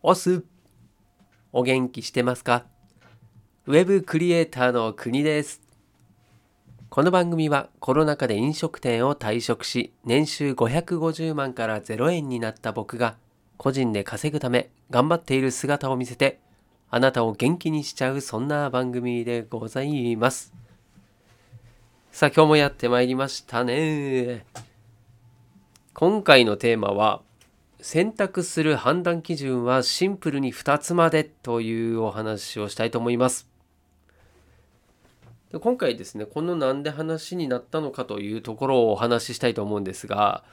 オス、お元気してますか？ウェブクリエイターの国です。この番組はコロナ禍で飲食店を退職し、年収550万から0円になった僕が個人で稼ぐため頑張っている姿を見せて、あなたを元気にしちゃう、そんな番組でございます。さあ、今日もやってまいりましたね。今回のテーマは、選択する判断基準はシンプルに2つまでというお話をしたいと思います。で今回ですね、このなんで話になったのかというところをお話ししたいと思うんですが、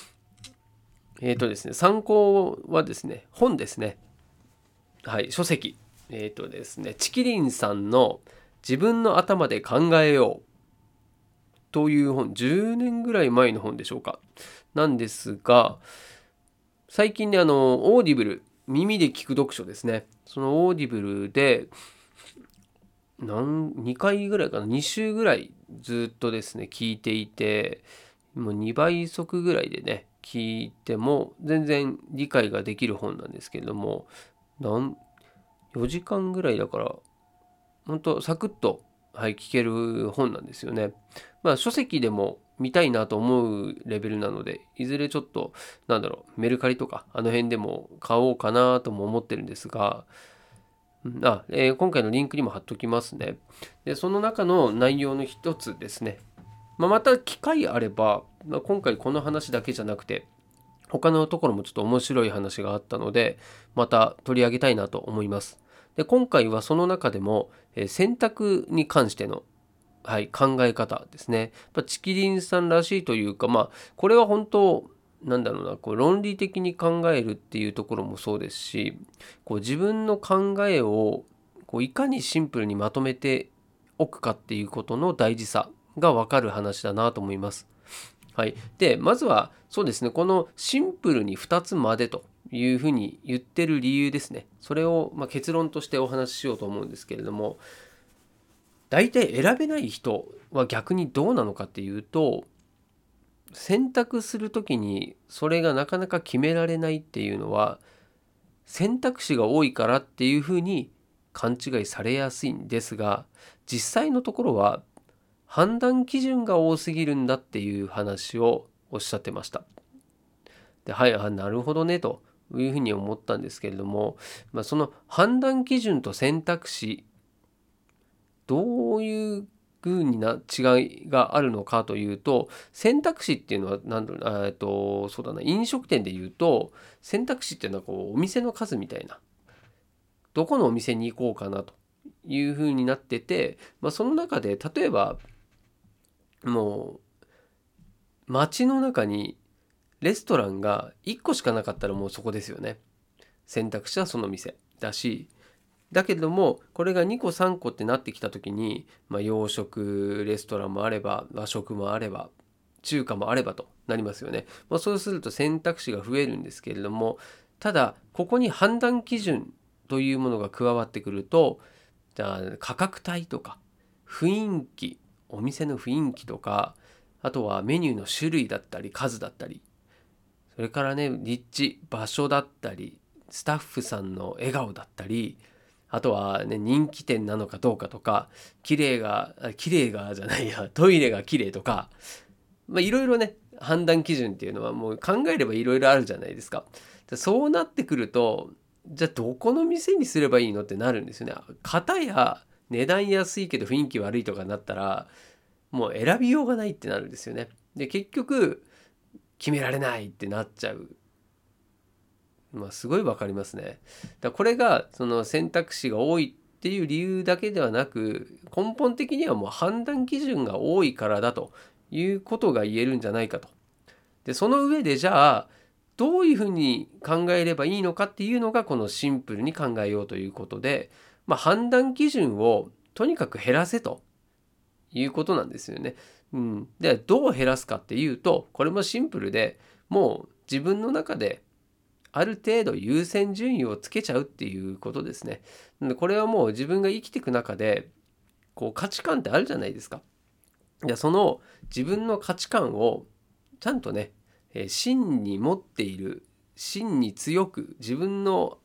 ですね、参考はですね、本ですね。はい、書籍。ですね、チキリンさんの自分の頭で考えようという本、10年ぐらい前の本でしょうか。なんですが、最近ね、オーディブル、耳で聞く読書ですね。そのオーディブルで、2回ぐらいかな、2週ぐらいずっとですね、聞いていて、もう2倍速ぐらいでね、聞いても全然理解ができる本なんですけれども、4時間ぐらいだから、本当サクッと、はい、聞ける本なんですよね。まあ書籍でも見たいなと思うレベルなので、いずれちょっと、メルカリとか、あの辺でも買おうかなとも思ってるんですが、今回のリンクにも貼っときますね。で、その中の内容の一つですね。また機会あれば、今回この話だけじゃなくて、他のところもちょっと面白い話があったので、また取り上げたいなと思います。で、今回はその中でも、選択に関しての、はい、考え方ですね。チキリンさんらしいというか、これは本当、こう論理的に考えるっていうところもそうですし、こう自分の考えをこういかにシンプルにまとめておくかっていうことの大事さがわかる話だなと思います。はい。で、まずはそうですね、このシンプルに2つまでというふうに言ってる理由ですね。それを結論としてお話ししようと思うんですけれども、大体選べない人は逆にどうなのかっていうと、選択するときにそれがなかなか決められないっていうのは、選択肢が多いからっていうふうに勘違いされやすいんですが、実際のところは判断基準が多すぎるんだっていう話をおっしゃってました。で、はい、なるほどねというふうに思ったんですけれども、その判断基準と選択肢、どういう風にな違いがあるのかというと、選択肢っていうのはそうだな、飲食店で言うと、選択肢っていうのはこうお店の数みたいな、どこのお店に行こうかなという風になってて、その中で例えばもう街の中にレストランが1個しかなかったらもうそこですよね。選択肢はその店だし、だけれどもこれが2個3個ってなってきた時に、洋食レストランもあれば和食もあれば中華もあればとなりますよね。そうすると選択肢が増えるんですけれども、ただここに判断基準というものが加わってくると、じゃあ価格帯とか雰囲気、お店の雰囲気とか、あとはメニューの種類だったり数だったり、それからね、立地、場所だったり、スタッフさんの笑顔だったり、あとはね、人気店なのかどうかとか、綺麗がじゃないや、トイレが綺麗とか、いろいろね、判断基準っていうのはもう考えればいろいろあるじゃないですか。そうなってくると、じゃあどこの店にすればいいのってなるんですよね。片や値段安いけど雰囲気悪いとかになったら、もう選びようがないってなるんですよね。で、結局、決められないってなっちゃう。すごいわかりますね。これがその選択肢が多いっていう理由だけではなく、根本的にはもう判断基準が多いからだということが言えるんじゃないかと。で、その上でじゃあ、どういうふうに考えればいいのかっていうのがこのシンプルに考えようということで、判断基準をとにかく減らせということなんですよね。で、どう減らすかっていうと、これもシンプルで、もう自分の中である程度優先順位をつけちゃうっていうことですね。でこれはもう自分が生きていく中で、こう価値観ってあるじゃないですか。その自分の価値観をちゃんとね、真に持っている、真に強く自分の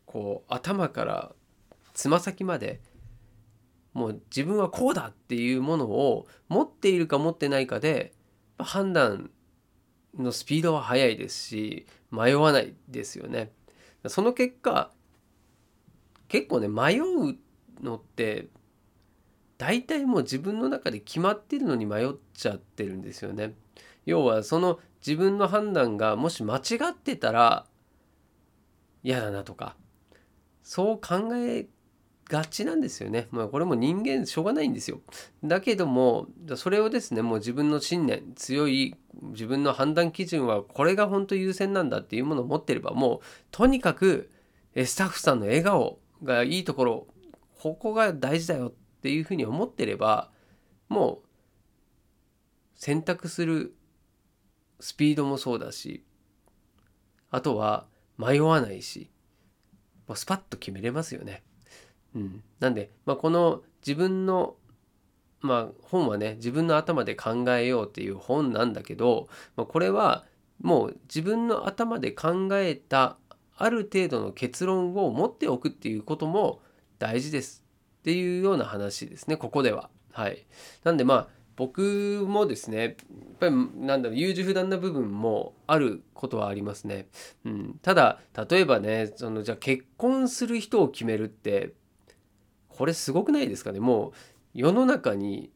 こう頭からつま先までもう自分はこうだっていうものを持っているか持ってないかで判断のスピードは速いですし迷わないですよね。その結果結構ね迷うのって大体もう自分の中で決まってるのに迷っちゃってるんですよね。要はその自分の判断がもし間違ってたら嫌だなとかそう考えがちなんですよね。まあこれも人間しょうがないんですよ。だけどもそれをですねもう自分の信念強い自分の判断基準はこれが本当優先なんだっていうものを持ってればもうとにかくスタッフさんの笑顔がいいところここが大事だよっていうふうに思ってればもう選択するスピードもそうだしあとは迷わないしもうスパッと決めれますよね。なんで、この自分の、本はね自分の頭で考えようっていう本なんだけど、これはもう自分の頭で考えたある程度の結論を持っておくっていうことも大事ですっていうような話ですねここでは。はい。なんで僕もですねやっぱり優柔不断な部分もあることはありますね。ただ例えばねじゃあ結婚する人を決めるってこれすごくないですかね。もう世の中に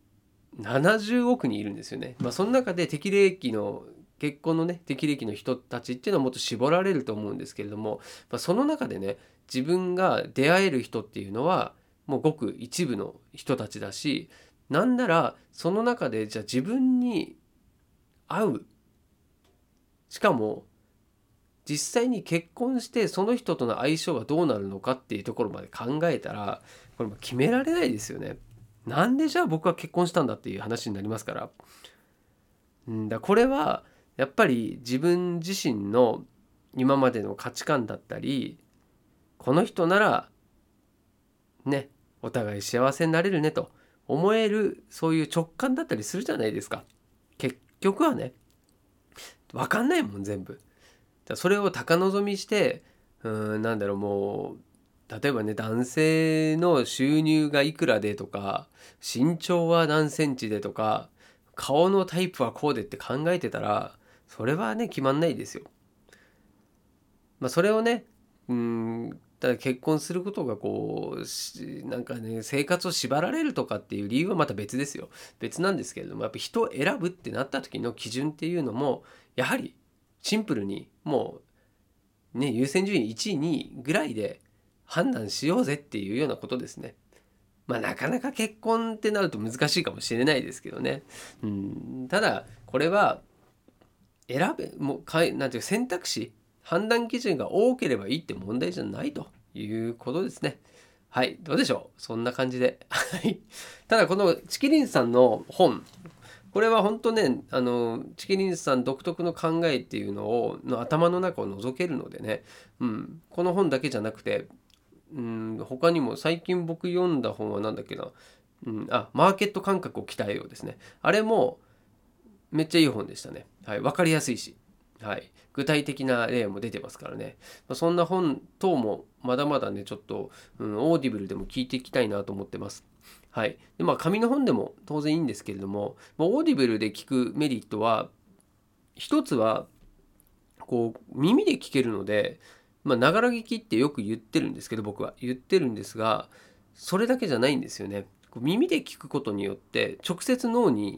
70億人いるんですよね。その中で適齢期の結婚のね適齢期の人たちっていうのはもっと絞られると思うんですけれども、その中でね自分が出会える人っていうのはもうごく一部の人たちだし、なんならその中でじゃあ自分に合う、しかも実際に結婚してその人との相性がどうなるのかっていうところまで考えたらこれも決められないですよね。なんでじゃあ僕は結婚したんだっていう話になりますから。これはやっぱり自分自身の今までの価値観だったりこの人ならねお互い幸せになれるねと思えるそういう直感だったりするじゃないですか。結局はね分かんないもん全部。それを高望みしてもう例えばね男性の収入がいくらでとか身長は何センチでとか顔のタイプはこうでって考えてたらそれはね決まんないですよ。それをねただ結婚することがなんかね生活を縛られるとかっていう理由はまた別ですよ。別なんですけれどもやっぱ人を選ぶってなった時の基準っていうのもやはりシンプルにもうね優先順位1位2位ぐらいで判断しようぜっていうようなことですね。なかなか結婚ってなると難しいかもしれないですけどね。ただこれは選べもうなんていう選択肢判断基準が多ければいいって問題じゃないということですね。はい、どうでしょうそんな感じで。はい。ただこのチキリンさんの本これは本当ねチキリンさん独特の考えっていうのをの頭の中を覗けるのでね、この本だけじゃなくて他にも最近僕読んだ本は何だっけな、マーケット感覚を鍛えようですね。あれもめっちゃいい本でしたね。はい、分かりやすいし、はい、具体的な例も出てますからね。そんな本等もまだまだねちょっと、オーディブルでも聞いていきたいなと思ってます。はい。で紙の本でも当然いいんですけれども、オーディブルで聞くメリットは一つは耳で聞けるので、ながら聞きってよく言ってるんですけど僕は言ってるんですがそれだけじゃないんですよね。耳で聞くことによって直接脳に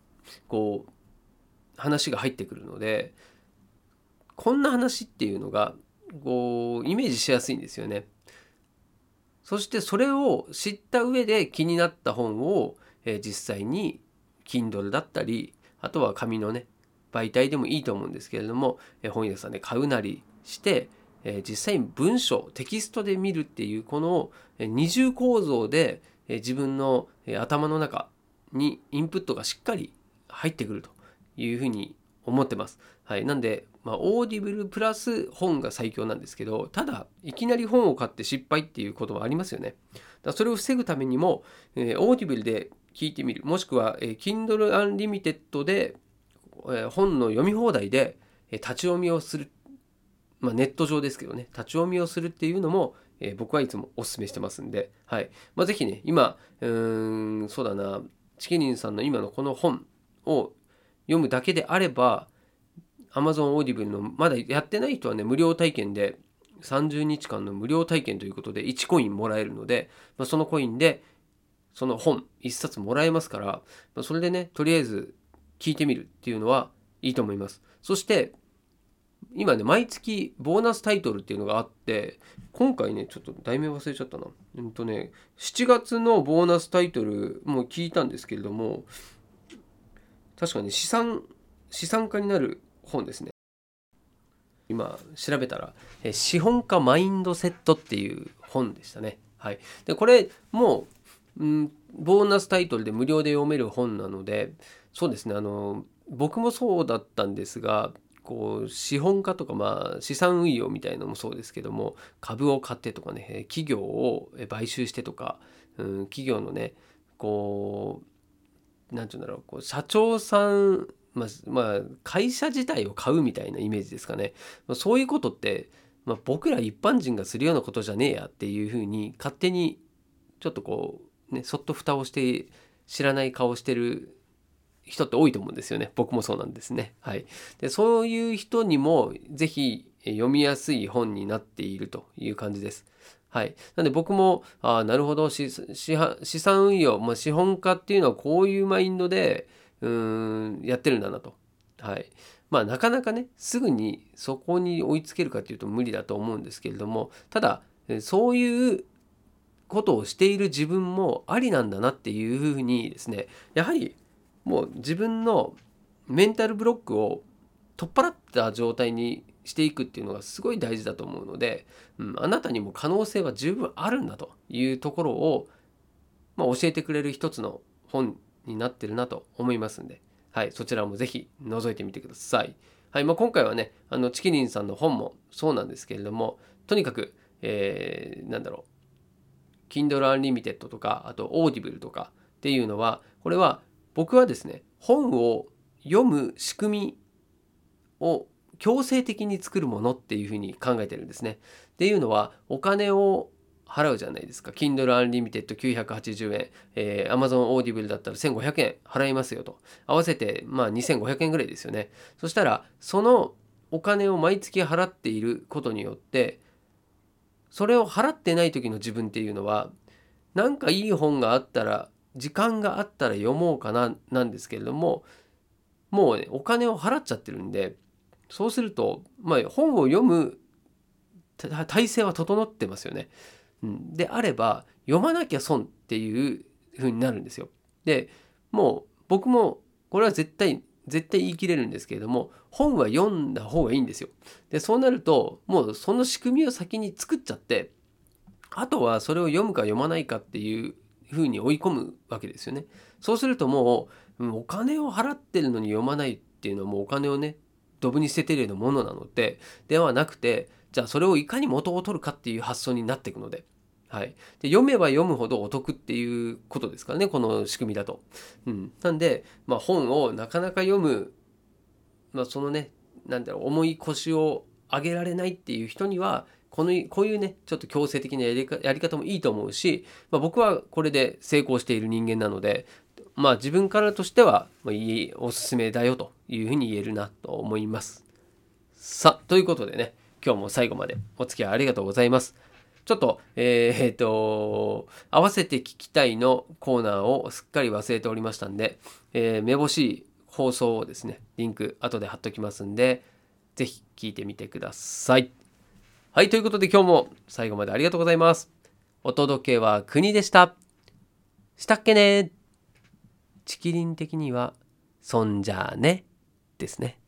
話が入ってくるのでこんな話っていうのがイメージしやすいんですよね。そしてそれを知った上で気になった本を、実際に Kindle だったりあとは紙のね媒体でもいいと思うんですけれども、本屋さんで買うなりして、実際に文章テキストで見るっていうこの二重構造で、自分の頭の中にインプットがしっかり入ってくるというふうに思ってます。はい、なんで、オーディブルプラス本が最強なんですけどただいきなり本を買って失敗っていうことはありますよね。それを防ぐためにも、オーディブルで聞いてみるもしくは、Kindle Unlimited で、本の読み放題で、立ち読みをするネット上ですけどね、立ち読みをするっていうのも、僕はいつもお勧めしてますんで、はい。ぜひね、今、そうだな、チキリンさんの今のこの本を読むだけであれば、Amazon Audible のまだやってない人はね、無料体験で、30日間の無料体験ということで1コインもらえるので、そのコインでその本1冊もらえますから、それでね、とりあえず聞いてみるっていうのはいいと思います。そして今ね、毎月ボーナスタイトルっていうのがあって、今回ね、ちょっと題名忘れちゃったな。7月のボーナスタイトルも聞いたんですけれども、確かに資産家になる本ですね。今調べたら、資本家マインドセットっていう本でしたね。はい。で、これもボーナスタイトルで無料で読める本なので、そうですね、僕もそうだったんですが、こう資本家とか、資産運用みたいなのもそうですけども、株を買ってとかね、企業を買収してとか、企業のね、こうなんていうんだろう、こう社長さん、会社自体を買うみたいなイメージですかね。そういうことって、僕ら一般人がするようなことじゃねえやっていうふうに勝手にちょっとこうね、そっと蓋をして知らない顔してる人って多いと思うんですよね。僕もそうなんですね。はい。で、そういう人にもぜひ読みやすい本になっているという感じです。はい。なので僕も、なるほど、資産運用、資本家っていうのはこういうマインドで、やってるんだなと。はい。なかなかね、すぐにそこに追いつけるかというと無理だと思うんですけれども、ただ、そういうことをしている自分もありなんだなっていうふうにですね、やはりもう自分のメンタルブロックを取っ払った状態にしていくっていうのがすごい大事だと思うので、あなたにも可能性は十分あるんだというところを、教えてくれる一つの本になってるなと思いますんで、はい、そちらもぜひ覗いてみてください。はい、今回はね、チキリンさんの本もそうなんですけれども、とにかく、なんだろう、Kindle Unlimited とか、あと Audible とかっていうのは、これは僕はですね、本を読む仕組みを強制的に作るものっていうふうに考えてるんですね。っていうのは、お金を払うじゃないですか。Kindle Unlimited 980円、Amazon Audible だったら1500円払いますよと。合わせて2500円ぐらいですよね。そしたら、そのお金を毎月払っていることによって、それを払ってない時の自分っていうのは、なんかいい本があったら、時間があったら読もうかななんですけれども、もうね、お金を払っちゃってるんで、そうすると、本を読む体制は整ってますよね。であれば、読まなきゃ損っていう風になるんですよ。で、もう僕もこれは絶対言い切れるんですけれども、本は読んだ方がいいんですよ。で、そうなると、もうその仕組みを先に作っちゃって、あとはそれを読むか読まないかっていう風に追い込むわけですよね。そうするともう、お金を払ってるのに読まないっていうのはもうお金をね、ドブに捨ててるようなものなのではなくて、じゃあそれをいかに元を取るかっていう発想になっていくので、はい。で、読めば読むほどお得っていうことですからね、この仕組みだと。なんで、本をなかなか読む、そのね、重い腰を上げられないっていう人には、こういうね、ちょっと強制的なやり方もいいと思うし、僕はこれで成功している人間なので、自分からとしては、おすすめだよというふうに言えるなと思います。さあ、ということでね、今日も最後までお付き合いありがとうございます。ちょっと、合わせて聞きたいのコーナーをすっかり忘れておりましたんで、めぼしい放送をですね、リンク後で貼っときますんで、ぜひ聞いてみてください。はい、ということで今日も最後までありがとうございます。お届けは国でした。したっけね？チキリン的には、そんじゃあねですね。